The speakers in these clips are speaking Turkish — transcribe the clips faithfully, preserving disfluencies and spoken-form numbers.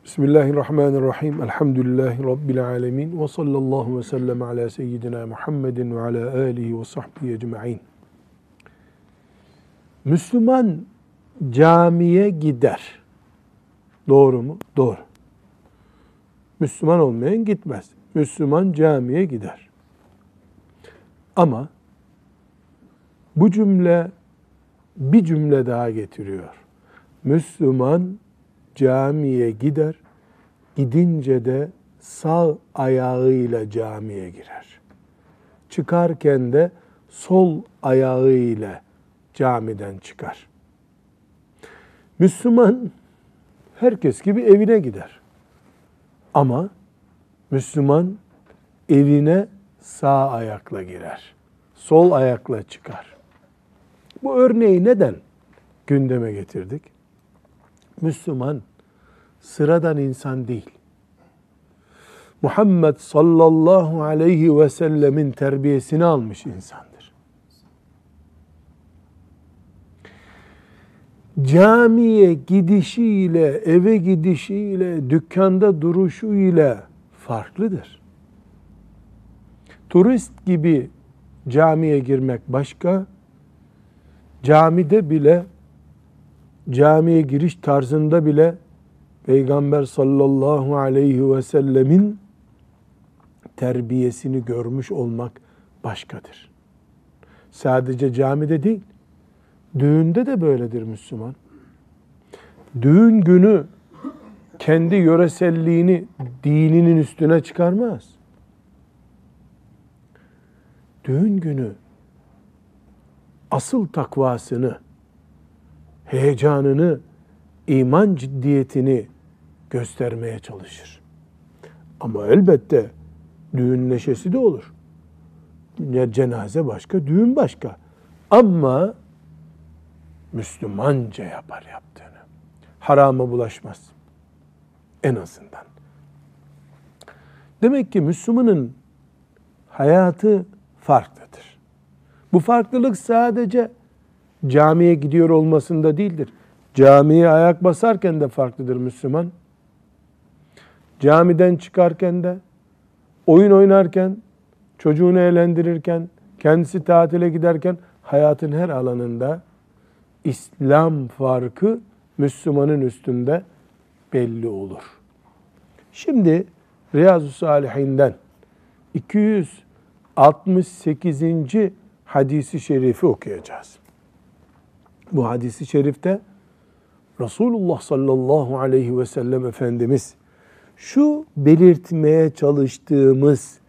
Bismillahirrahmanirrahim. Elhamdülillahi Rabbil alemin. Ve sallallahu ve sellem ala seyyidina Muhammedin ve ala alihi ve sahbihi ecma'in. Müslüman camiye gider. Doğru mu? Doğru. Müslüman olmayan gitmez. Müslüman camiye gider. Ama bu cümle bir cümle daha getiriyor. Müslüman camiye gider, gidince de sağ ayağıyla camiye girer. Çıkarken de sol ayağıyla camiden çıkar. Müslüman herkes gibi evine gider. Ama Müslüman evine sağ ayakla girer. Sol ayakla çıkar. Bu örneği neden gündeme getirdik? Müslüman sıradan insan değil. Muhammed sallallahu aleyhi ve sellemin terbiyesini almış insandır. Camiye gidişiyle, eve gidişiyle, dükkanda duruşuyla farklıdır. Turist gibi camiye girmek başka, camide bile, camiye giriş tarzında bile Peygamber sallallahu aleyhi ve sellemin terbiyesini görmüş olmak başkadır. Sadece camide değil, düğünde de böyledir Müslüman. Düğün günü kendi yöreselliğini dininin üstüne çıkarmaz. Düğün günü asıl takvasını, heyecanını, iman ciddiyetini göstermeye çalışır. Ama elbette düğün neşesi de olur. Ya cenaze başka, düğün başka. Ama Müslümanca yapar yaptığını. Harama bulaşmaz. En azından. Demek ki Müslümanın hayatı farklıdır. Bu farklılık sadece camiye gidiyor olmasında değildir. Camiye ayak basarken de farklıdır Müslüman. Camiden çıkarken de, oyun oynarken, çocuğunu eğlendirirken, kendisi tatile giderken hayatın her alanında İslam farkı Müslümanın üstünde belli olur. Şimdi Riyazu Salihinden iki yüz altmış sekizinci hadisi şerifi okuyacağız. Bu hadisi şerifte Resulullah sallallahu aleyhi ve sellem Efendimiz şu belirtmeye çalıştığımız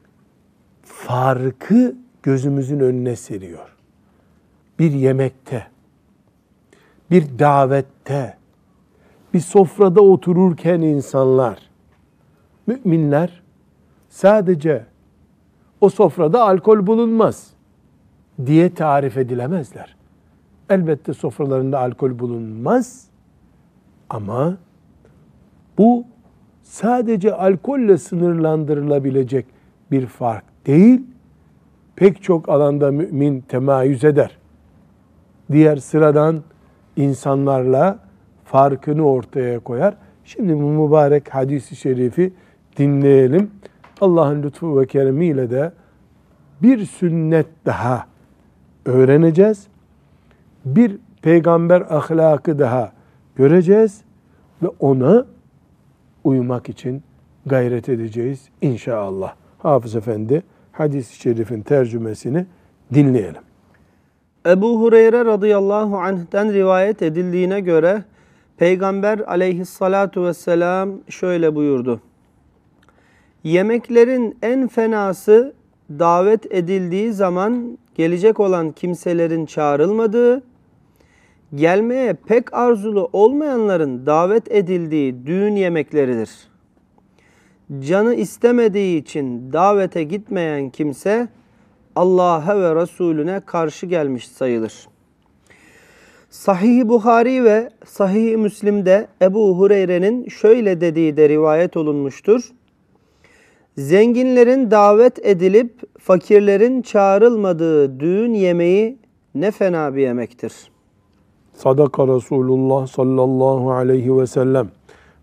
farkı gözümüzün önüne seriyor. Bir yemekte, bir davette, bir sofrada otururken insanlar, müminler sadece o sofrada alkol bulunmaz diye tarif edilemezler. Elbette sofralarında alkol bulunmaz ama bu sadece alkolle sınırlandırılabilecek bir fark değil. Pek çok alanda mümin temayüz eder. Diğer sıradan insanlarla farkını ortaya koyar. Şimdi bu mübarek hadis-i şerifi dinleyelim. Allah'ın lütfu ve keremiyle de bir sünnet daha öğreneceğiz. Bir peygamber ahlakı daha göreceğiz ve ona uymak için gayret edeceğiz inşallah. Hafız Efendi hadis-i şerifin tercümesini dinleyelim. Ebu Hureyre radıyallahu anh'ten rivayet edildiğine göre Peygamber aleyhissalatu vesselam şöyle buyurdu. Yemeklerin en fenası davet edildiği zaman gelecek olan kimselerin çağrılmadığı, gelmeye pek arzulu olmayanların davet edildiği düğün yemekleridir. Canı istemediği için davete gitmeyen kimse Allah'a ve Resulüne karşı gelmiş sayılır. Sahih-i Buhari ve Sahih-i Müslim'de Ebu Hureyre'nin şöyle dediği de rivayet olunmuştur. Zenginlerin davet edilip fakirlerin çağrılmadığı düğün yemeği ne fena bir yemektir. Sadaka Resulullah sallallahu aleyhi ve sellem.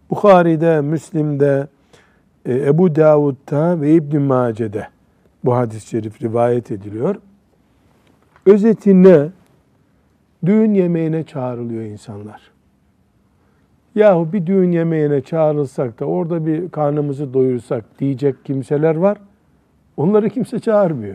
Bukhari'de, Müslim'de, e, Ebu Davud'da ve İbn Mace'de bu hadis-i şerif rivayet ediliyor. Özeti ne? Düğün yemeğine çağrılıyor insanlar. Yahu bir düğün yemeğine çağrılsak da orada bir karnımızı doyursak diyecek kimseler var. Onları kimse çağırmıyor.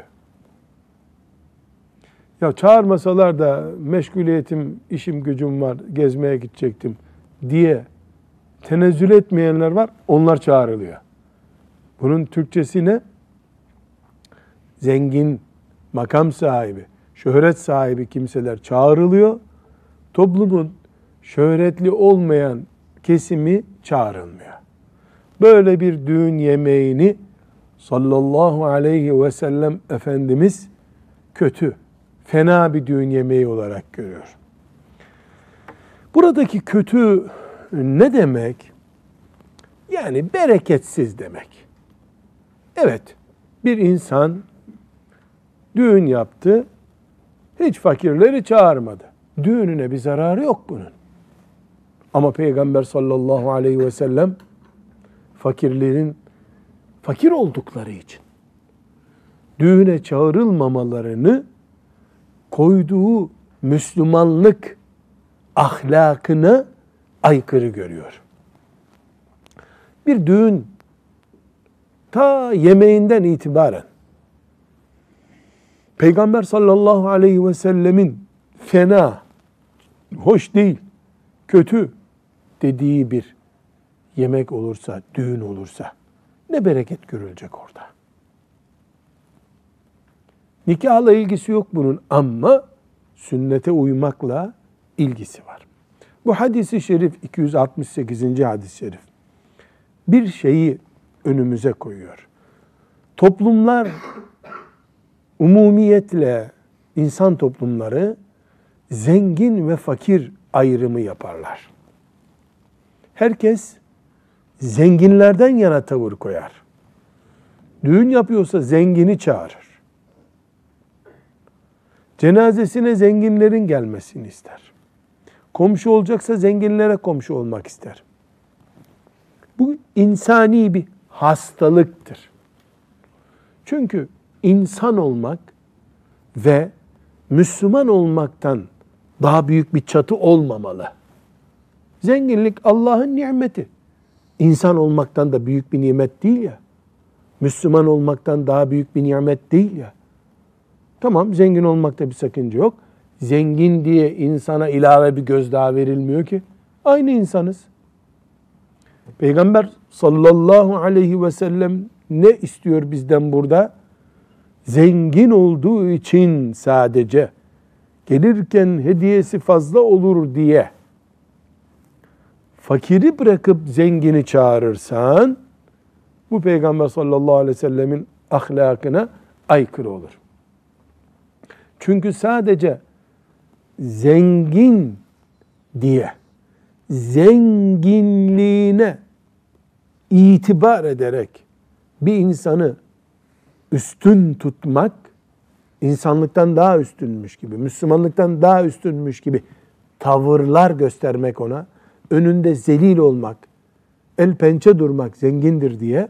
Ya çağırmasalar da meşguliyetim, işim gücüm var, gezmeye gidecektim diye tenezzül etmeyenler var. Onlar çağrılıyor. Bunun Türkçesi ne? Zengin, makam sahibi, şöhret sahibi kimseler çağrılıyor. Toplumun şöhretli olmayan kesimi çağrılmıyor. Böyle bir düğün yemeğini sallallahu aleyhi ve sellem Efendimiz kötü, fena bir düğün yemeği olarak görüyor. Buradaki kötü ne demek? Yani bereketsiz demek. Evet, bir insan düğün yaptı, hiç fakirleri çağırmadı. Düğününe bir zararı yok bunun. Ama Peygamber sallallahu aleyhi ve sellem fakirlerin fakir oldukları için düğüne çağrılmamalarını koyduğu Müslümanlık ahlakına aykırı görüyor. Bir düğün ta yemeğinden itibaren Peygamber sallallahu aleyhi ve sellemin fena, hoş değil, kötü dediği bir yemek olursa, düğün olursa ne bereket görülecek orada. Nikahla ilgisi yok bunun ama sünnete uymakla ilgisi var. Bu hadis-i şerif iki yüz altmış sekizinci hadis-i şerif bir şeyi önümüze koyuyor. Toplumlar umumiyetle insan toplumları zengin ve fakir ayrımı yaparlar. Herkes zenginlerden yana tavır koyar. Düğün yapıyorsa zengini çağırır. Cenazesine zenginlerin gelmesini ister. Komşu olacaksa zenginlere komşu olmak ister. Bu insani bir hastalıktır. Çünkü insan olmak ve Müslüman olmaktan daha büyük bir çatı olmamalı. Zenginlik Allah'ın nimeti. İnsan olmaktan da büyük bir nimet değil ya. Müslüman olmaktan daha büyük bir nimet değil ya. Tamam, zengin olmakta bir sakınca yok. Zengin diye insana ilave bir gözdağı verilmiyor ki. Aynı insanız. Peygamber sallallahu aleyhi ve sellem ne istiyor bizden burada? Zengin olduğu için sadece gelirken hediyesi fazla olur diye fakiri bırakıp zengini çağırırsan bu Peygamber sallallahu aleyhi ve sellemin ahlakına aykırı olur. Çünkü sadece zengin diye zenginliğine itibar ederek bir insanı üstün tutmak, insanlıktan daha üstünmüş gibi, Müslümanlıktan daha üstünmüş gibi tavırlar göstermek ona, önünde zelil olmak, el pençe durmak zengindir diye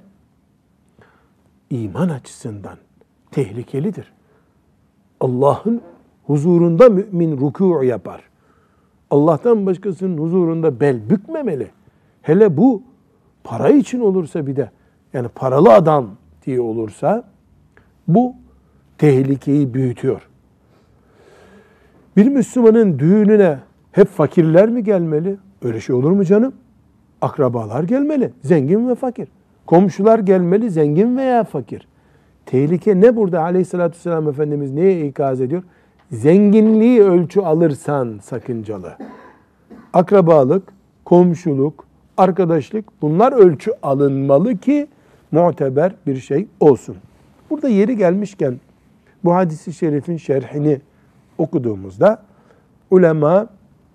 iman açısından tehlikelidir. Allah'ın huzurunda mümin rükû yapar. Allah'tan başkasının huzurunda bel bükmemeli. Hele bu para için olursa bir de, yani paralı adam diye olursa bu tehlikeyi büyütüyor. Bir Müslümanın düğününe hep fakirler mi gelmeli? Öyle şey olur mu canım? Akrabalar gelmeli, zengin ve fakir. Komşular gelmeli, zengin veya fakir. Tehlike ne burada? Aleyhissalatü vesselam Efendimiz neye ikaz ediyor? Zenginliği ölçü alırsan sakıncalı. Akrabalık, komşuluk, arkadaşlık bunlar ölçü alınmalı ki muteber bir şey olsun. Burada yeri gelmişken bu hadis-i şerifin şerhini okuduğumuzda ulema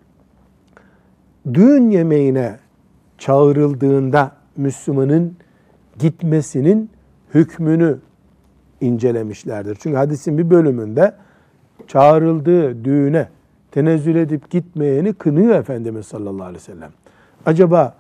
düğün yemeğine çağrıldığında Müslümanın gitmesinin hükmünü incelemişlerdir. Çünkü hadisin bir bölümünde çağrıldığı düğüne tenezzül edip gitmeyeni kınıyor Efendimiz sallallahu aleyhi ve sellem. Acaba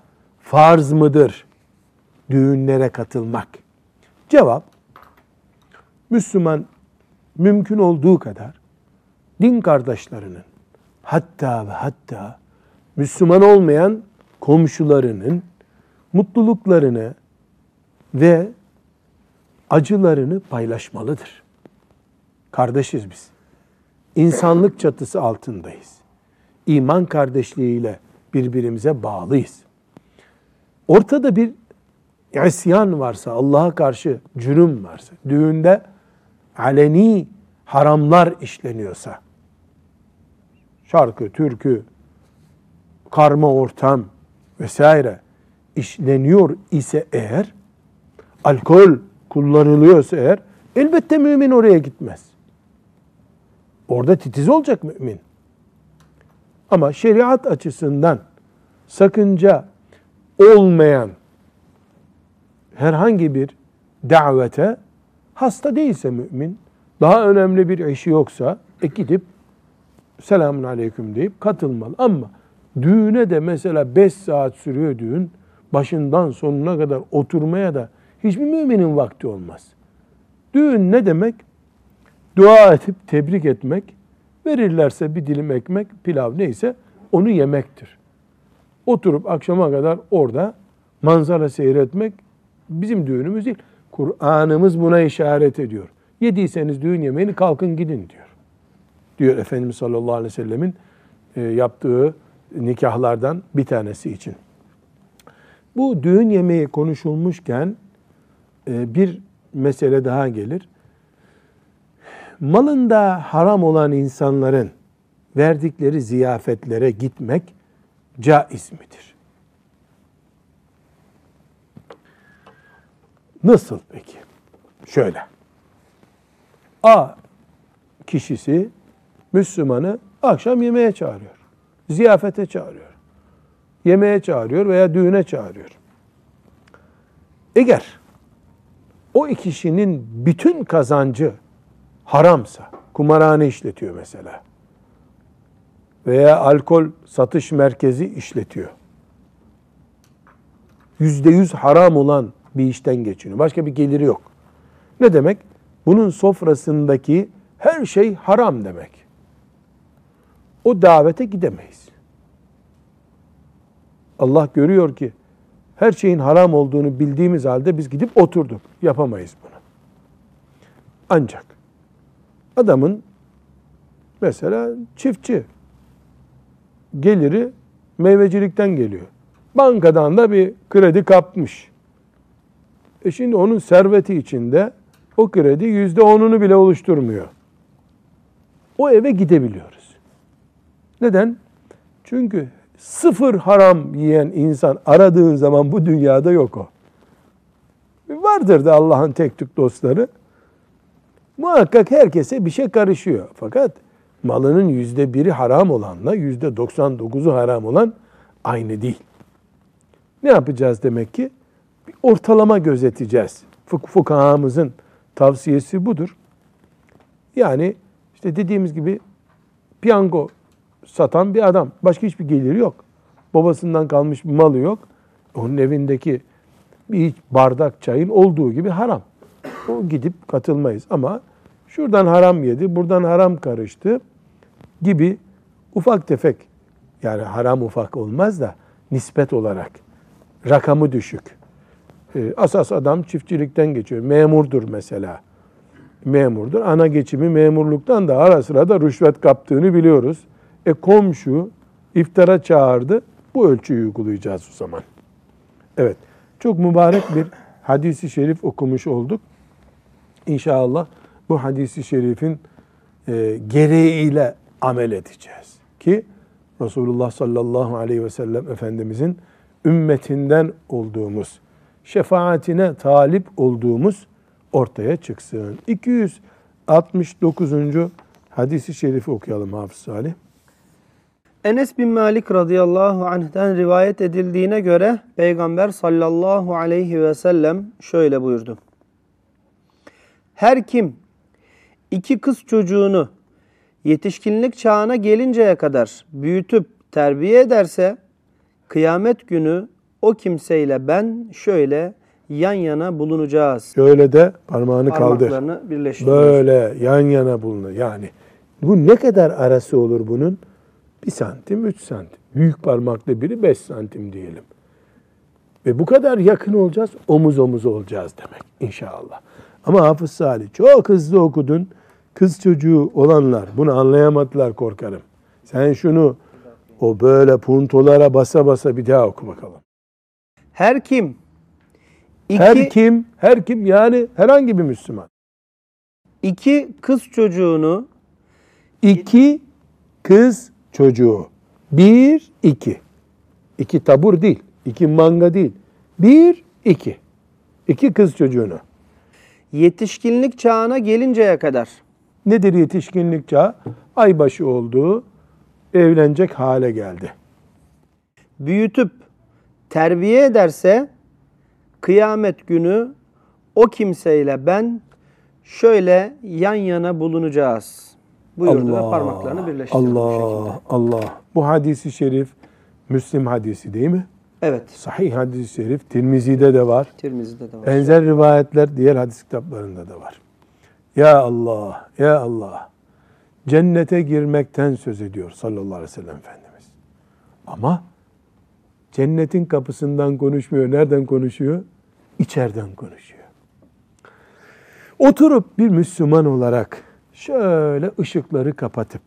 farz mıdır düğünlere katılmak? Cevap, Müslüman mümkün olduğu kadar din kardeşlerinin, hatta ve hatta Müslüman olmayan komşularının mutluluklarını ve acılarını paylaşmalıdır. Kardeşiz biz. İnsanlık çatısı altındayız. İman kardeşliğiyle birbirimize bağlıyız. Ortada bir isyan varsa, Allah'a karşı cürüm varsa, düğünde aleni haramlar işleniyorsa, şarkı, türkü, karma ortam vesaire işleniyor ise eğer, alkol kullanılıyorsa eğer, elbette mümin oraya gitmez. Orada titiz olacak mümin. Ama şeriat açısından sakınca olmayan herhangi bir davete hasta değilse mümin, daha önemli bir işi yoksa e gidip selamun aleyküm deyip katılmalı. Ama düğüne de mesela beş saat sürüyor düğün, başından sonuna kadar oturmaya da hiçbir müminin vakti olmaz. Düğün ne demek? Dua edip tebrik etmek, verirlerse bir dilim ekmek, pilav neyse onu yemektir. Oturup akşama kadar orada manzara seyretmek bizim düğünümüz değil. Kur'an'ımız buna işaret ediyor. Yediyseniz düğün yemeğini kalkın gidin diyor. Diyor Efendimiz sallallahu aleyhi ve sellemin yaptığı nikahlardan bir tanesi için. Bu düğün yemeği konuşulmuşken bir mesele daha gelir. Malında haram olan insanların verdikleri ziyafetlere gitmek caiz midir? Nasıl peki? Şöyle. A kişisi Müslümanı akşam yemeğe çağırıyor. Ziyafete çağırıyor. Yemeğe çağırıyor veya düğüne çağırıyor. Eğer o kişinin bütün kazancı haramsa, kumarhane işletiyor mesela veya alkol satış merkezi işletiyor, yüzde yüz haram olan bir işten geçiniyor. Başka bir geliri yok. Ne demek? Bunun sofrasındaki her şey haram demek. O davete gidemeyiz. Allah görüyor ki her şeyin haram olduğunu bildiğimiz halde biz gidip oturduk. Yapamayız bunu. Ancak adamın mesela çiftçi, geliri meyvecilikten geliyor. Bankadan da bir kredi kapmış. E şimdi onun serveti içinde o kredi yüzde onunu bile oluşturmuyor. O eve gidebiliyoruz. Neden? Çünkü sıfır haram yiyen insan aradığın zaman bu dünyada yok o. Vardır da Allah'ın tek tük dostları. Muhakkak herkese bir şey karışıyor. Fakat malının yüzde biri haram olanla yüzde doksan dokuzu haram olan aynı değil. Ne yapacağız demek ki? Bir ortalama gözeteceğiz. Fık fukahamızın tavsiyesi budur. Yani işte dediğimiz gibi piyango satan bir adam. Başka hiçbir geliri yok. Babasından kalmış bir malı yok. Onun evindeki bir bardak çayın olduğu gibi haram. O gidip katılmayız. Ama şuradan haram yedi, buradan haram karıştı gibi ufak tefek, yani haram ufak olmaz da nispet olarak rakamı düşük. Asas adam çiftçilikten geçiyor. Memurdur mesela. Memurdur. Ana geçimi memurluktan da ara sıra da rüşvet kaptığını biliyoruz. E komşu iftara çağırdı. Bu ölçüyü uygulayacağız o zaman. Evet. Çok mübarek bir hadisi şerif okumuş olduk. İnşallah bu hadisi şerifin e, gereğiyle amel edeceğiz. Ki Resulullah sallallahu aleyhi ve sellem Efendimizin ümmetinden olduğumuz, şefaatine talip olduğumuz ortaya çıksın. iki yüz altmış dokuzuncu hadisi şerifi okuyalım Hafız Salih. Enes bin Malik radıyallahu anh'ten rivayet edildiğine göre Peygamber sallallahu aleyhi ve sellem şöyle buyurdu. Her kim iki kız çocuğunu yetişkinlik çağına gelinceye kadar büyütüp terbiye ederse, kıyamet günü o kimseyle ben şöyle yan yana bulunacağız. Şöyle de parmağını kaldır. Parmaklarını birleştiriyor. Böyle yan yana bulunur. Yani bu ne kadar arası olur bunun? Bir santim, üç santim. Büyük parmakla biri beş santim diyelim. Ve bu kadar yakın olacağız, omuz omuz olacağız demek inşallah. Ama Hafız Salih çok hızlı okudun. Kız çocuğu olanlar bunu anlayamadılar, korkarım. Sen şunu o böyle puntolara basa basa bir daha oku bakalım. Her kim iki, Her kim, her kim yani herhangi bir Müslüman. iki kız çocuğunu İki kız çocuğu. Bir, iki. İki tabur değil. İki manga değil. Bir, iki. İki kız çocuğunu. yetişkinlik çağına gelinceye kadar Nedir yetişkinlik çağı? Aybaşı oldu, evlenecek hale geldi. büyütüp terbiye ederse kıyamet günü o kimseyle ben şöyle yan yana bulunacağız. Buyurdu ve parmaklarını birleştirdi bu Allah, şekilde. Allah. Bu hadisi şerif Müslim hadisi değil mi? Evet. Sahih hadisi şerif Tirmizi'de de var. Tirmizi'de de var. Benzer rivayetler diğer hadis kitaplarında da var. Ya Allah, ya Allah. Cennete girmekten söz ediyor sallallahu aleyhi ve sellem Efendimiz. Ama cennetin kapısından konuşmuyor. Nereden konuşuyor? İçeriden konuşuyor. Oturup bir Müslüman olarak şöyle ışıkları kapatıp,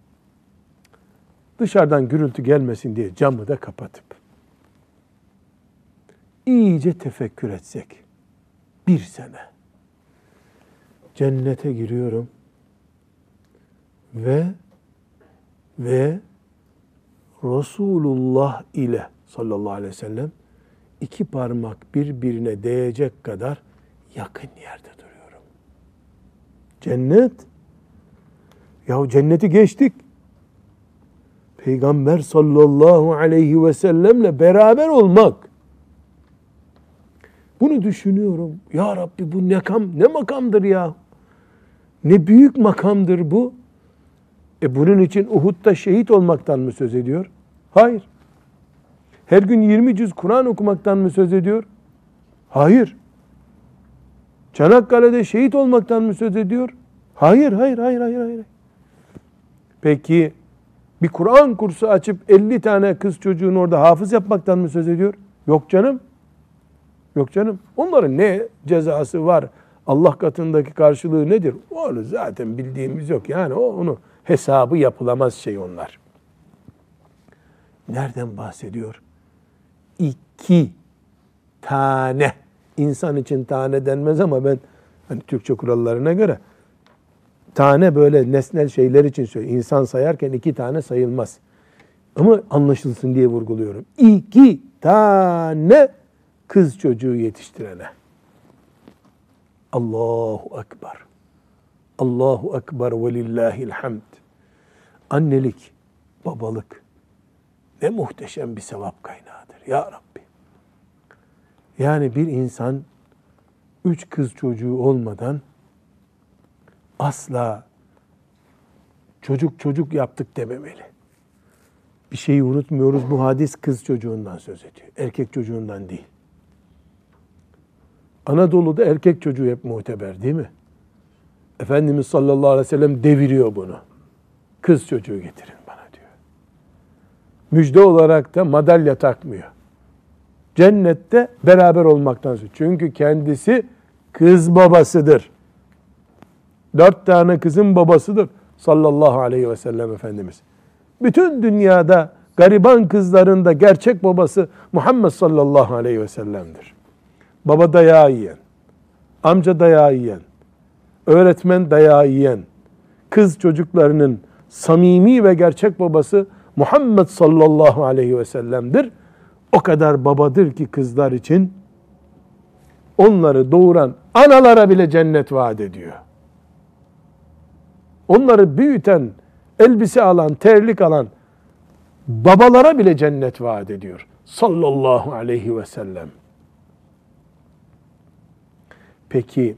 dışarıdan gürültü gelmesin diye camı da kapatıp, iyice tefekkür etsek, bir sene cennete giriyorum ve ve Resulullah ile sallallahu aleyhi ve sellem iki parmak birbirine değecek kadar yakın yerde duruyorum. Cennet. Ya cenneti geçtik. Peygamber sallallahu aleyhi ve sellemle beraber olmak. Bunu düşünüyorum. Ya Rabbi bu ne makam, ne makamdır ya. Ne büyük makamdır bu. E bunun için Uhud'da şehit olmaktan mı söz ediyor? Hayır. Her gün yirmi cüz Kur'an okumaktan mı söz ediyor? Hayır. Çanakkale'de şehit olmaktan mı söz ediyor? Hayır, hayır, hayır, hayır, hayır. Peki bir Kur'an kursu açıp elli tane kız çocuğunu orada hafız yapmaktan mı söz ediyor? Yok canım. Yok canım. Onların ne cezası var? Allah katındaki karşılığı nedir? Onu zaten bildiğimiz yok. Yani o onu hesabı yapılamaz şey onlar. Nereden bahsediyor? İki tane. İnsan için tane denmez ama ben hani Türkçe kurallarına göre tane böyle nesnel şeyler için söylüyorum. İnsan sayarken iki tane sayılmaz. Ama anlaşılsın diye vurguluyorum. İki tane kız çocuğu yetiştirene. Allahu Ekber. Allahu Ekber ve lillahil hamd. Annelik, babalık ne muhteşem bir sevap kaynağıdır ya Rabbi. Yani bir insan üç kız çocuğu olmadan asla çocuk çocuk yaptık dememeli. Bir şeyi unutmuyoruz. Bu hadis kız çocuğundan söz ediyor. Erkek çocuğundan değil. Anadolu'da erkek çocuğu hep muteber değil mi? Efendimiz sallallahu aleyhi ve sellem deviriyor bunu. Kız çocuğu getirin bana diyor. Müjde olarak da madalya takmıyor. Cennette beraber olmaktan söz. Çünkü kendisi kız babasıdır. Dört tane kızın babasıdır sallallahu aleyhi ve sellem Efendimiz. Bütün dünyada gariban kızların da gerçek babası Muhammed sallallahu aleyhi ve sellem'dir. Baba dayağı yiyen, amca dayağı yiyen, öğretmen dayağı yiyen, kız çocuklarının samimi ve gerçek babası Muhammed sallallahu aleyhi ve sellem'dir. O kadar babadır ki kızlar için onları doğuran analara bile cennet vaat ediyor. Onları büyüten, elbise alan, terlik alan babalara bile cennet vaat ediyor. Sallallahu aleyhi ve sellem. Peki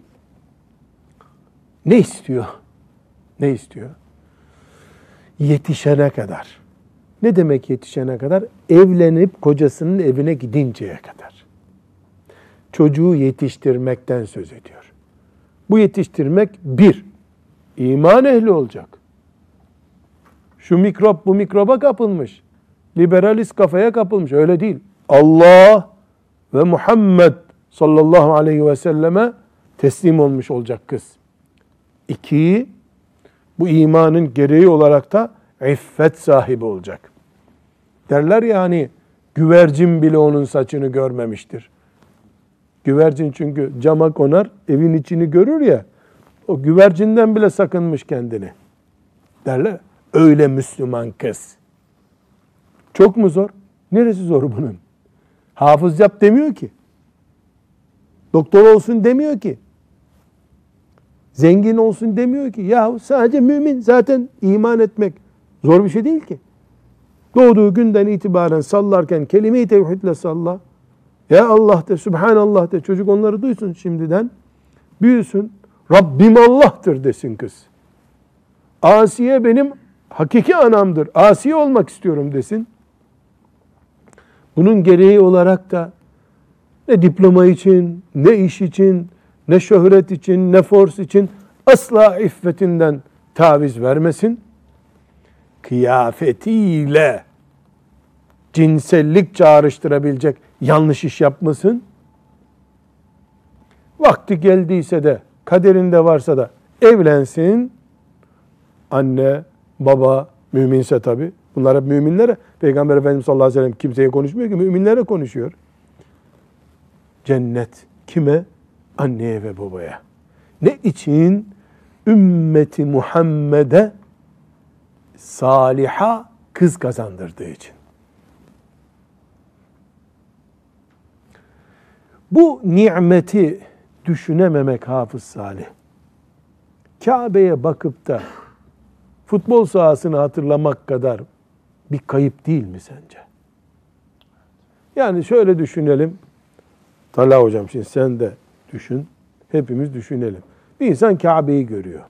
ne istiyor? Ne istiyor? Yetişene kadar, Ne demek yetişene kadar? Evlenip kocasının evine gidinceye kadar. Çocuğu yetiştirmekten söz ediyor. Bu yetiştirmek bir, iman ehli olacak. Şu mikrop bu mikroba kapılmış. Liberalist kafaya kapılmış. Öyle değil. Allah ve Muhammed sallallahu aleyhi ve selleme teslim olmuş olacak kız. İki, bu imanın gereği olarak da iffet sahibi olacak. Derler ya hani güvercin bile onun saçını görmemiştir. Güvercin çünkü cama konar, evin içini görür ya, o güvercinden bile sakınmış kendini. Derler. Öyle Müslüman kız. Çok mu zor? Neresi zor bunun? Hafız yap demiyor ki. Doktor olsun demiyor ki. Zengin olsun demiyor ki. Ya sadece mümin, zaten iman etmek zor bir şey değil ki. Doğduğu günden itibaren sallarken kelime-i tevhidle salla. Ya Allah de, Subhanallah de, çocuk onları duysun şimdiden. Büyüsün. Rabbim Allah'tır desin kız. Asiye benim hakiki anamdır. Asiye olmak istiyorum desin. Bunun gereği olarak da ne diploma için, ne iş için, ne şöhret için, ne fors için asla iffetinden taviz vermesin. Kıyafetiyle cinsellik çağrıştırabilecek yanlış iş yapmasın. Vakti geldiyse de, kaderinde varsa da evlensin. Anne, baba, müminse tabi. Bunlar hep müminlere. Peygamber Efendimiz sallallahu aleyhi ve sellem kimseye konuşmuyor ki, müminlere konuşuyor. Cennet kime? Anneye ve babaya. Ne için? Ümmeti Muhammed'e saliha kız kazandırdığı için. Bu nimeti düşünememek Hafız Salih. Kabe'ye bakıp da futbol sahasını hatırlamak kadar bir kayıp değil mi sence? Yani şöyle düşünelim. Talha hocam şimdi sen de düşün. Hepimiz düşünelim. Bir insan Kabe'yi görüyor.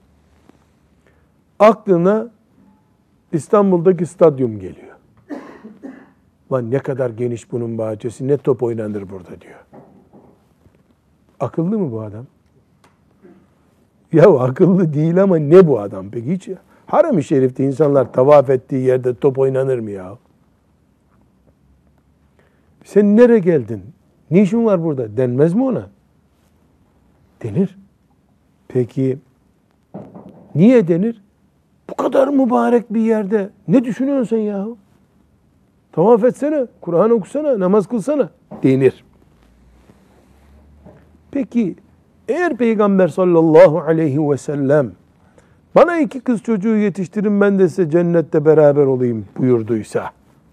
Aklına İstanbul'daki stadyum geliyor. Lan ne kadar geniş bunun bahçesi, ne top oynanır burada diyor. Akıllı mı bu adam? Ya akıllı değil ama ne bu adam peki hiç ya? Haram-ı Şerif'te insanlar tavaf ettiği yerde top oynanır mı ya? Sen nereye geldin? Ne işin var burada? Denmez mi ona? Denir. Peki niye denir? Bu kadar mübarek bir yerde ne düşünüyorsun sen ya? Tavaf etsene, Kur'an okusana, namaz kılsana denir. Peki eğer Peygamber sallallahu aleyhi ve sellem bana iki kız çocuğu yetiştirin ben de size cennette beraber olayım buyurduysa,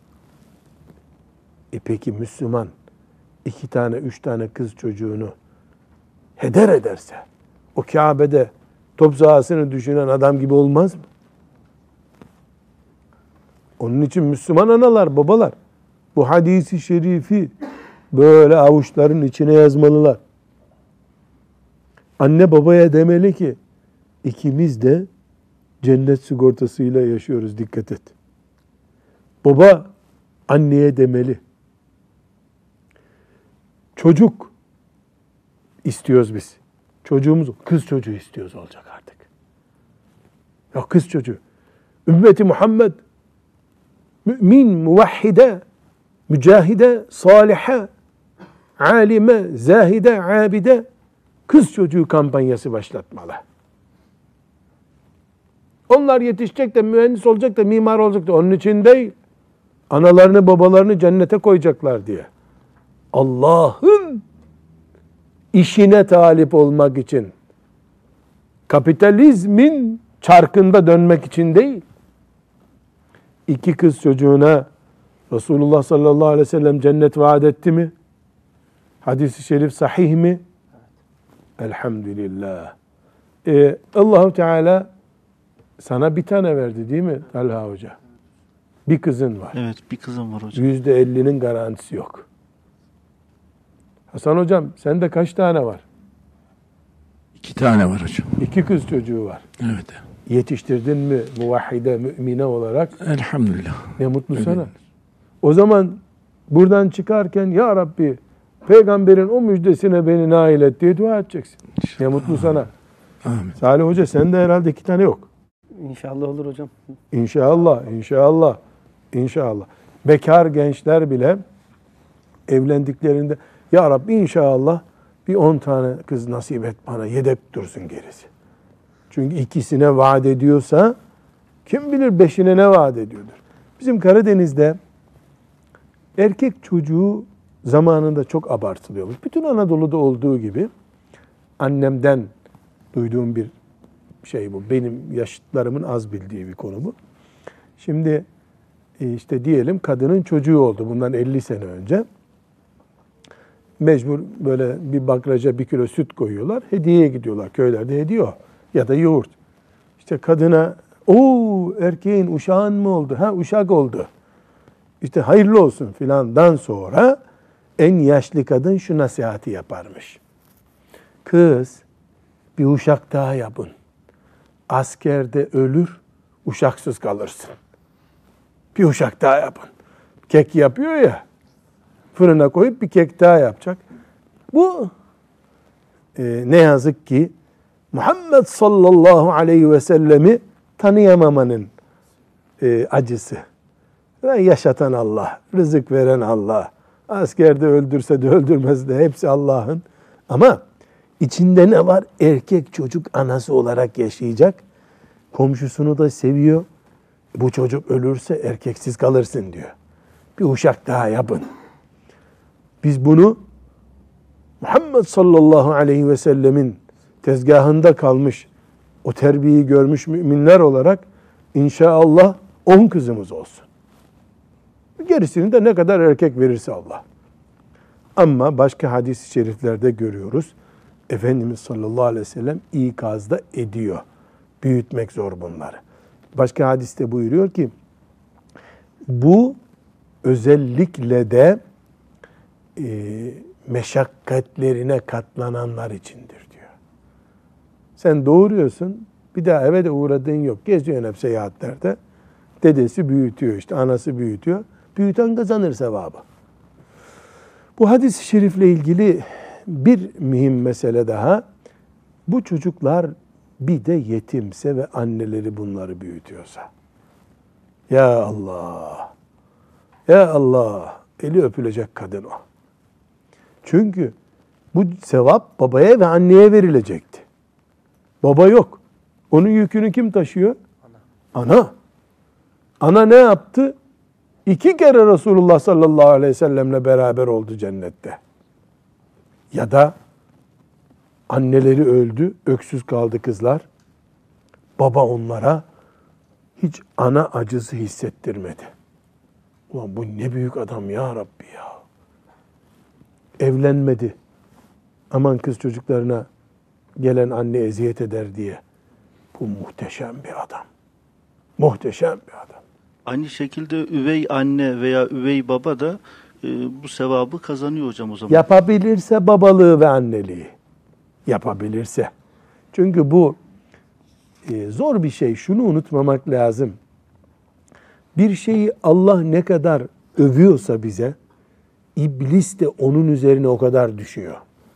e peki Müslüman iki tane, üç tane kız çocuğunu heder ederse, o Kabe'de top sahasını düşünen adam gibi olmaz mı? Onun için Müslüman analar, babalar bu hadisi şerifi böyle avuçların içine yazmalılar. Anne babaya demeli ki, ikimiz de cennet sigortasıyla yaşıyoruz, dikkat et. Baba anneye demeli. Çocuk istiyoruz biz. Çocuğumuz kız çocuğu istiyoruz olacak artık. Ya kız çocuğu. Ümmeti Muhammed mümin, muvahhide, mücahide, salihe, alime, zahide, abide kız çocuğu kampanyası başlatmalı. Onlar yetişecek de mühendis olacak da mimar olacak da onun için değil. Analarını babalarını cennete koyacaklar diye. Allah'ın işine talip olmak için, kapitalizmin çarkında dönmek için değil. İki kız çocuğuna Resulullah sallallahu aleyhi ve sellem cennet vaat etti mi? Hadis-i şerif sahih mi? Elhamdülillah. Ee, Allah-u Teala sana bir tane verdi değil mi Talha Hoca? Bir kızın var. Evet, bir kızım var hocam. Yüzde ellinin garantisi yok. Hasan Hocam sende kaç tane var? İki tane var hocam. İki kız çocuğu var. Evet. yetiştirdin mi muvahhide, mümine olarak? Elhamdülillah. Ne mutlu Öyle. sana. O zaman buradan çıkarken ya Rabbi peygamberin o müjdesine beni nail et diye dua edeceksin. Ne mutlu sana. Amin. Salih Hoca sende herhalde iki tane yok. İnşallah olur hocam. İnşallah, inşallah, inşallah. Bekar gençler bile evlendiklerinde ya Rabbi inşallah bir on tane kız nasip et bana, yedek dursun gerisi. Çünkü ikisine vaat ediyorsa kim bilir beşine ne vaat ediyordur. Bizim Karadeniz'de erkek çocuğu zamanında çok abartılıyormuş. Bütün Anadolu'da olduğu gibi annemden duyduğum bir şey bu. Benim yaşıtlarımın az bildiği bir konu bu. Şimdi işte diyelim kadının çocuğu oldu bundan elli sene önce. Mecbur böyle bir bakraja bir kilo süt koyuyorlar. Hediyeye gidiyorlar. Köylerde hediye o. Ya da yoğurt. İşte kadına o erkeğin uşağın mı oldu? Ha uşak oldu. İşte hayırlı olsun filandan sonra en yaşlı kadın şu nasihati yaparmış. Kız bir uşak daha yapın. Askerde ölür, uşaksız kalırsın. Bir uşak daha yapın. Kek yapıyor ya, fırına koyup bir kek daha yapacak. Bu e, ne yazık ki Muhammed sallallahu aleyhi ve sellemi tanıyamamanın e, acısı. Yaşatan Allah, rızık veren Allah. Askerde öldürse de öldürmez de hepsi Allah'ın. Ama içinde ne var? Erkek çocuk anası olarak yaşayacak. Komşusunu da seviyor. Bu çocuk ölürse erkeksiz kalırsın diyor. Bir uşak daha yapın. Biz bunu Muhammed sallallahu aleyhi ve sellemin tezgahında kalmış, o terbiyeyi görmüş müminler olarak inşallah on kızımız olsun. Gerisini de ne kadar erkek verirse Allah. Ama başka hadis-i şeriflerde görüyoruz. Efendimiz sallallahu aleyhi ve sellem ikazda ediyor. Büyütmek zor bunları. Başka hadiste buyuruyor ki bu özellikle de e, meşakkatlerine katlananlar içindir diyor. Sen doğuruyorsun, bir daha eve de uğradığın yok. Geziyorsun hep seyahatlerde. Dedesi büyütüyor işte, anası büyütüyor. Büyüten kazanır sevabı. Bu hadis-i şerifle ilgili bir mühim mesele daha. Bu çocuklar bir de yetimse ve anneleri bunları büyütüyorsa. Ya Allah! Ya Allah! Eli öpülecek kadın o. Çünkü bu sevap babaya ve anneye verilecekti. Baba yok. Onun yükünü kim taşıyor? Ana. Ana. Ana ne yaptı? İki kere Resulullah sallallahu aleyhi ve sellemle beraber oldu cennette. Ya da anneleri öldü, öksüz kaldı kızlar. Baba onlara hiç ana acısı hissettirmedi. Ulan bu ne büyük adam ya Rabbi ya. Evlenmedi. Aman kız çocuklarına gelen anne eziyet eder diye. Bu muhteşem bir adam. Muhteşem bir adam. Aynı şekilde üvey anne veya üvey baba da e, bu sevabı kazanıyor hocam o zaman. Yapabilirse babalığı ve anneliği. Yapabilirse. Çünkü bu e, zor bir şey. Şunu unutmamak lazım. Bir şeyi Allah ne kadar övüyorsa bize, iblis de onun üzerine o kadar düşüyor.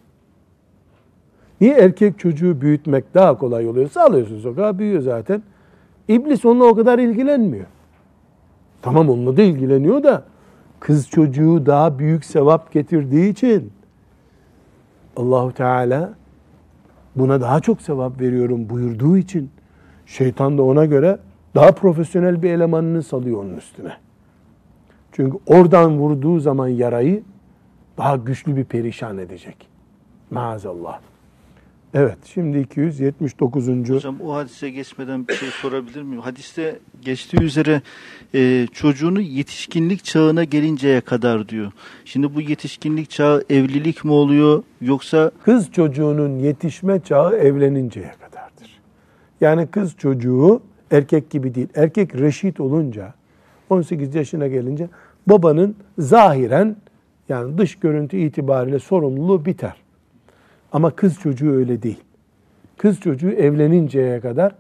Niye erkek çocuğu büyütmek daha kolay oluyor? Sağlıyorsun sokağa, büyüyor zaten. İblis onunla o kadar ilgilenmiyor. Tamam onunla da ilgileniyor da kız çocuğu daha büyük sevap getirdiği için Allahu Teala buna daha çok sevap veriyorum buyurduğu için şeytan da ona göre daha profesyonel bir elemanını salıyor onun üstüne. Çünkü oradan vurduğu zaman yarayı daha güçlü bir perişan edecek. Maazallah. Evet, şimdi iki yüz yetmiş dokuzuncu Hocam o hadise geçmeden bir şey sorabilir miyim? Hadiste geçtiği üzere e, çocuğunu yetişkinlik çağına gelinceye kadar diyor. Şimdi bu yetişkinlik çağı evlilik mi oluyor yoksa? Kız çocuğunun yetişme çağı evleninceye kadardır. Yani kız çocuğu erkek gibi değil. Erkek reşit olunca, on sekiz yaşına gelince babanın zahiren yani dış görüntü itibariyle sorumluluğu biter. Ama kız çocuğu öyle değil. Kız çocuğu evleninceye kadar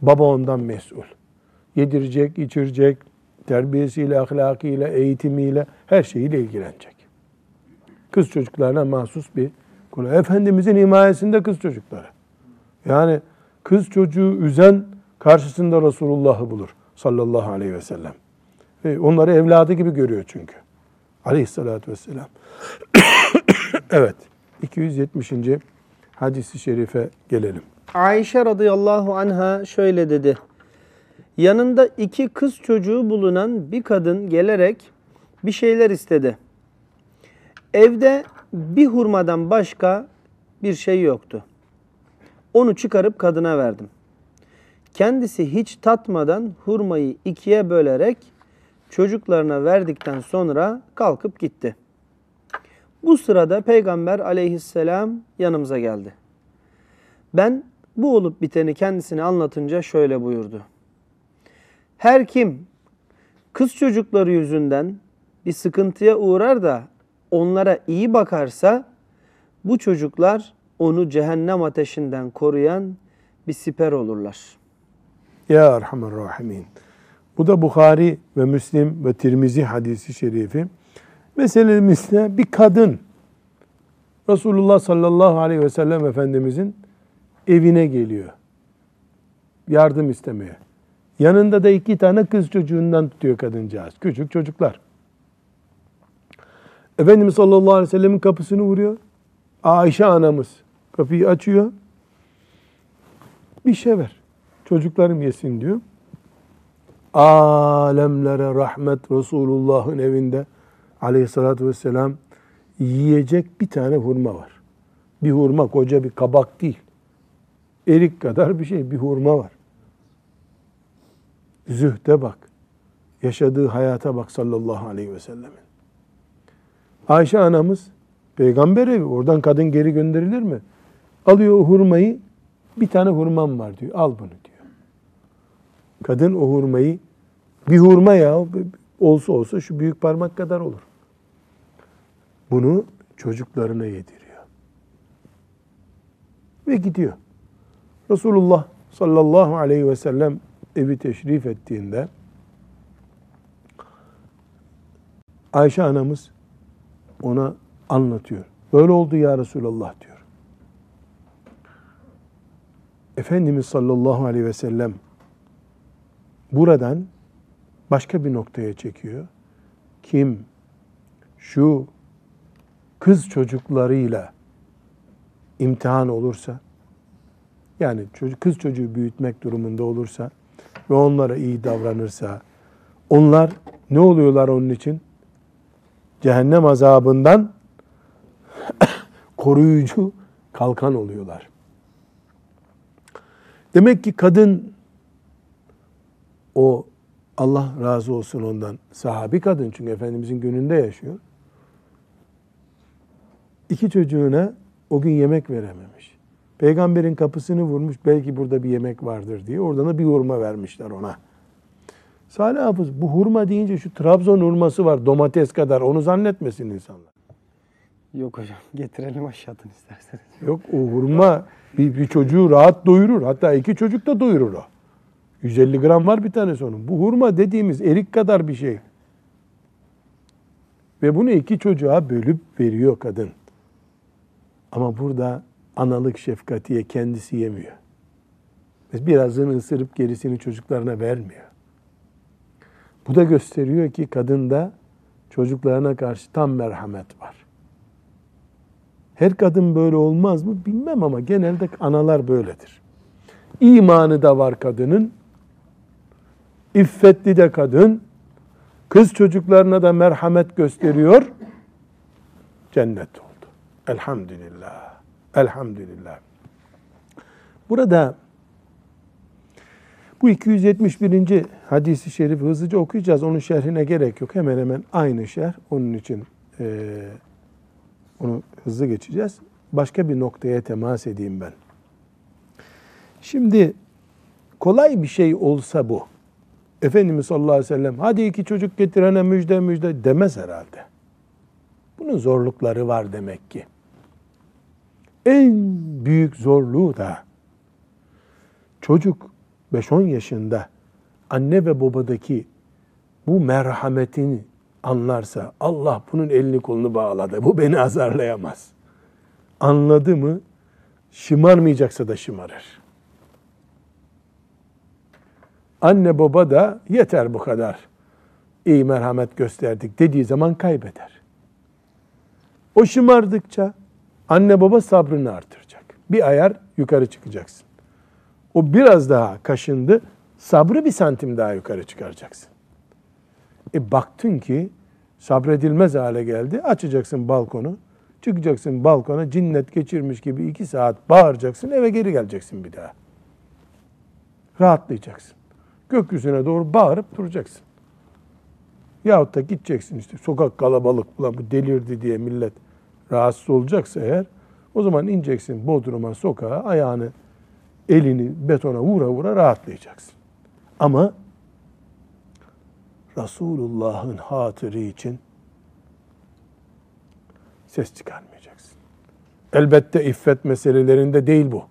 Baba ondan mesul. Yedirecek, içirecek, terbiyesiyle, ahlakıyla, eğitimiyle, her şeyiyle ilgilenecek. Kız çocuklarına mahsus bir konu. Efendimizin himayesinde kız çocukları. Yani kız çocuğu üzen karşısında Resulullah'ı bulur sallallahu aleyhi ve sellem. Ve onları evladı gibi görüyor çünkü. Aleyhissalatü vesselam. Evet. iki yüz yetmişinci hadis-i şerife gelelim. Ayşe radıyallahu anha şöyle dedi. Yanında iki kız çocuğu bulunan bir kadın gelerek bir şeyler istedi. Evde bir hurmadan başka bir şey yoktu. Onu çıkarıp kadına verdim. Kendisi hiç tatmadan hurmayı ikiye bölerek çocuklarına verdikten sonra kalkıp gitti. Bu sırada Peygamber aleyhisselam yanımıza geldi. Ben bu olup biteni kendisine anlatınca şöyle buyurdu. Her kim kız çocukları yüzünden bir sıkıntıya uğrar da onlara iyi bakarsa bu çocuklar onu cehennem ateşinden koruyan bir siper olurlar. Ya Erhamer Rahimin. Bu da Bukhari ve Müslim ve Tirmizi hadisi şerifi. Meselemizde bir kadın Resulullah sallallahu aleyhi ve sellem Efendimizin evine geliyor. Yardım istemeye. Yanında da iki tane kız çocuğundan tutuyor kadıncağız. Küçük çocuklar. Efendimiz sallallahu aleyhi ve sellemin kapısını vuruyor. Ayşe anamız kapıyı açıyor. Bir şey ver. Çocuklarım yesin diyor. Alemlere rahmet Resulullah'ın evinde aleyhissalatü vesselam yiyecek bir tane hurma var. Bir hurma, koca bir kabak değil. Erik kadar bir şey, bir hurma var. Zühde bak. Yaşadığı hayata bak sallallahu aleyhi ve sellemin. Ayşe anamız peygamber evi, oradan kadın geri gönderilir mi? Alıyor o hurmayı, bir tane hurmam var diyor. Al bunu diyor. Kadın o hurmayı, bir hurma ya olsa olsa şu büyük parmak kadar olur. Bunu çocuklarına yediriyor. Ve gidiyor. Resulullah sallallahu aleyhi ve sellem evi teşrif ettiğinde Ayşe anamız ona anlatıyor. Böyle oldu ya Resulallah diyor. Efendimiz sallallahu aleyhi ve sellem buradan başka bir noktaya çekiyor. Kim şu kız çocuklarıyla imtihan olursa, yani çocuk, kız çocuğu büyütmek durumunda olursa ve onlara iyi davranırsa, onlar ne oluyorlar onun için? Cehennem azabından koruyucu kalkan oluyorlar. Demek ki kadın, o Allah razı olsun ondan, sahabi kadın çünkü Efendimizin gününde yaşıyor. İki çocuğuna o gün yemek verememiş. Peygamberin kapısını vurmuş, belki burada bir yemek vardır diye. Oradan da bir hurma vermişler ona. Salih Hafız, bu hurma deyince şu Trabzon hurması var, domates kadar, onu zannetmesin insanlar. Yok hocam, getirelim aşağıdan isterseniz. Yok, o hurma bir, bir çocuğu rahat doyurur. Hatta iki çocuk da doyurur o. yüz elli gram var bir tanesi onun. Bu hurma dediğimiz erik kadar bir şey. Ve bunu iki çocuğa bölüp veriyor kadın. Ama burada analık şefkatiye kendisi yemiyor. Birazını ısırıp gerisini çocuklarına vermiyor. Bu da gösteriyor ki kadında çocuklarına karşı tam merhamet var. Her kadın böyle olmaz mı bilmem ama genelde analar böyledir. İmanı da var kadının, iffetli de kadın, kız çocuklarına da merhamet gösteriyor, cennet oldu. Elhamdülillah, elhamdülillah. Burada bu iki yüz yetmiş birinci hadisi şerifi hızlıca okuyacağız. Onun şerhine gerek yok. Hemen hemen aynı şerh. Onun için e, onu hızlı geçeceğiz. Başka bir noktaya temas edeyim ben. Şimdi kolay bir şey olsa bu. Efendimiz sallallahu aleyhi ve sellem hadi iki çocuk getirene müjde müjde demez herhalde. Bunun zorlukları var demek ki. En büyük zorluğu da çocuk beş on yaşında anne ve babadaki bu merhametini anlarsa, Allah bunun elini kolunu bağladı, bu beni azarlayamaz. Anladı mı, şımarmayacaksa da şımarır. Anne baba da yeter bu kadar, iyi merhamet gösterdik dediği zaman kaybeder. O şımardıkça anne baba sabrını artıracak. Bir ayar yukarı çıkacaksın. O biraz daha kaşındı, sabrı bir santim daha yukarı çıkaracaksın. E baktın ki sabredilmez hale geldi, açacaksın balkonu, çıkacaksın balkona, cinnet geçirmiş gibi iki saat bağıracaksın, eve geri geleceksin bir daha. Rahatlayacaksın. Gökyüzüne doğru bağırıp duracaksın. Yahut da gideceksin işte, sokak kalabalık, ulan bu delirdi diye millet rahatsız olacaksa eğer, o zaman ineceksin bodruma, sokağa, ayağını, elini betona vura vura rahatlayacaksın. Ama Resulullah'ın hatırı için ses çıkarmayacaksın. Elbette iffet meselelerinde değil bu.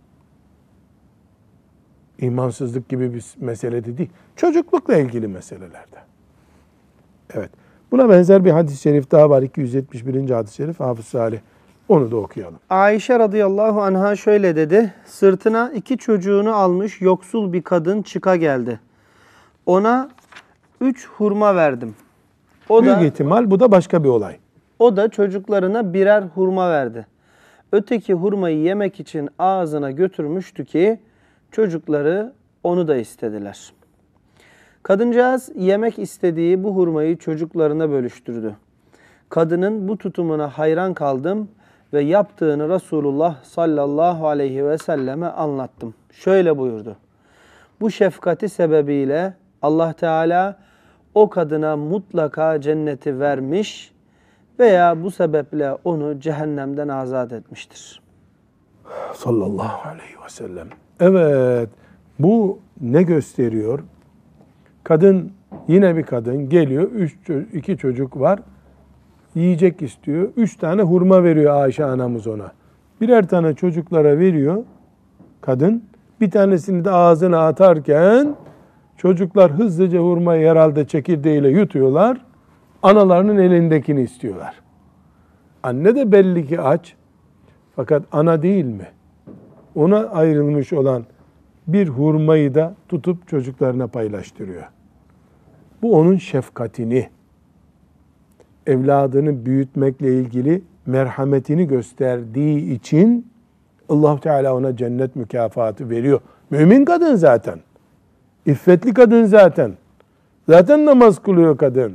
İmansızlık gibi bir mesele de değil. Çocuklukla ilgili meselelerde. Evet. Buna benzer bir hadis-i şerif daha var. iki yüz yetmiş birinci hadis-i şerif. Hafız Salih. Onu da okuyalım. Ayşe radıyallahu anha şöyle dedi. Sırtına iki çocuğunu almış yoksul bir kadın çıka geldi. Ona üç hurma verdim. O Büyük da ihtimal bu da başka bir olay. o da çocuklarına birer hurma verdi. Öteki hurmayı yemek için ağzına götürmüştü ki çocukları onu da istediler. Kadıncağız yemek istediği bu hurmayı çocuklarına bölüştürdü. Kadının bu tutumuna hayran kaldım ve yaptığını Resulullah sallallahu aleyhi ve selleme anlattım. Şöyle buyurdu. Bu şefkati sebebiyle Allah Teala o kadına mutlaka cenneti vermiş veya bu sebeple onu cehennemden azat etmiştir. Sallallahu aleyhi ve sellem. Evet, bu ne gösteriyor? Kadın, yine bir kadın geliyor, üç, iki çocuk var, yiyecek istiyor. Üç tane hurma veriyor Ayşe anamız ona. Birer tane çocuklara veriyor kadın. Bir tanesini de ağzına atarken çocuklar hızlıca hurmayı herhalde çekirdeğiyle yutuyorlar. Analarının elindekini istiyorlar. Anne de belli ki aç. Fakat ana değil mi? Ona ayrılmış olan bir hurmayı da tutup çocuklarına paylaştırıyor. Bu onun şefkatini, evladını büyütmekle ilgili merhametini gösterdiği için Allah Teala ona cennet mükafatı veriyor. Mümin kadın zaten. İffetli kadın zaten. Zaten namaz kılıyor kadın.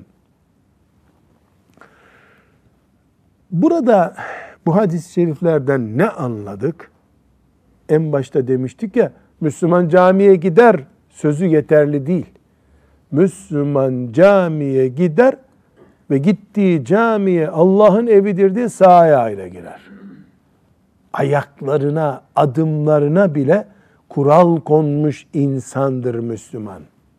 Burada bu hadis-i şeriflerden ne anladık? En başta demiştik ya, Müslüman camiye gider sözü yeterli değil. Müslüman camiye gider ve gittiği camiye Allah'ın evidir diye sağ ayağıyla girer. Ayaklarına, adımlarına bile kural konmuş insandır Müslüman.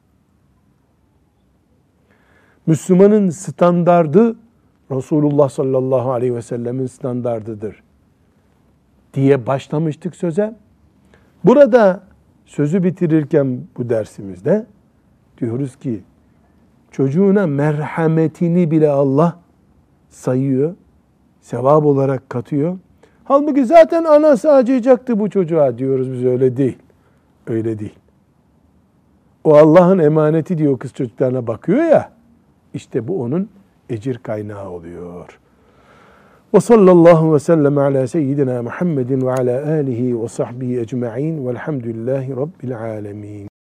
Müslümanın standardı Resulullah sallallahu aleyhi ve sellemin standardıdır diye başlamıştık söze. Burada sözü bitirirken bu dersimizde diyoruz ki çocuğuna merhametini bile Allah sayıyor, sevap olarak katıyor. Halbuki zaten anası acıyacaktı bu çocuğa diyoruz biz, öyle değil. Öyle değil. O Allah'ın emaneti diyor, kız çocuklarına bakıyor ya, işte bu onun ecir kaynağı oluyor. Ve sallallahu ve sellem ala seyyidina Muhammedin ve ala alihi ve sahbihi ecma'in velhamdülillahi rabbil alemin.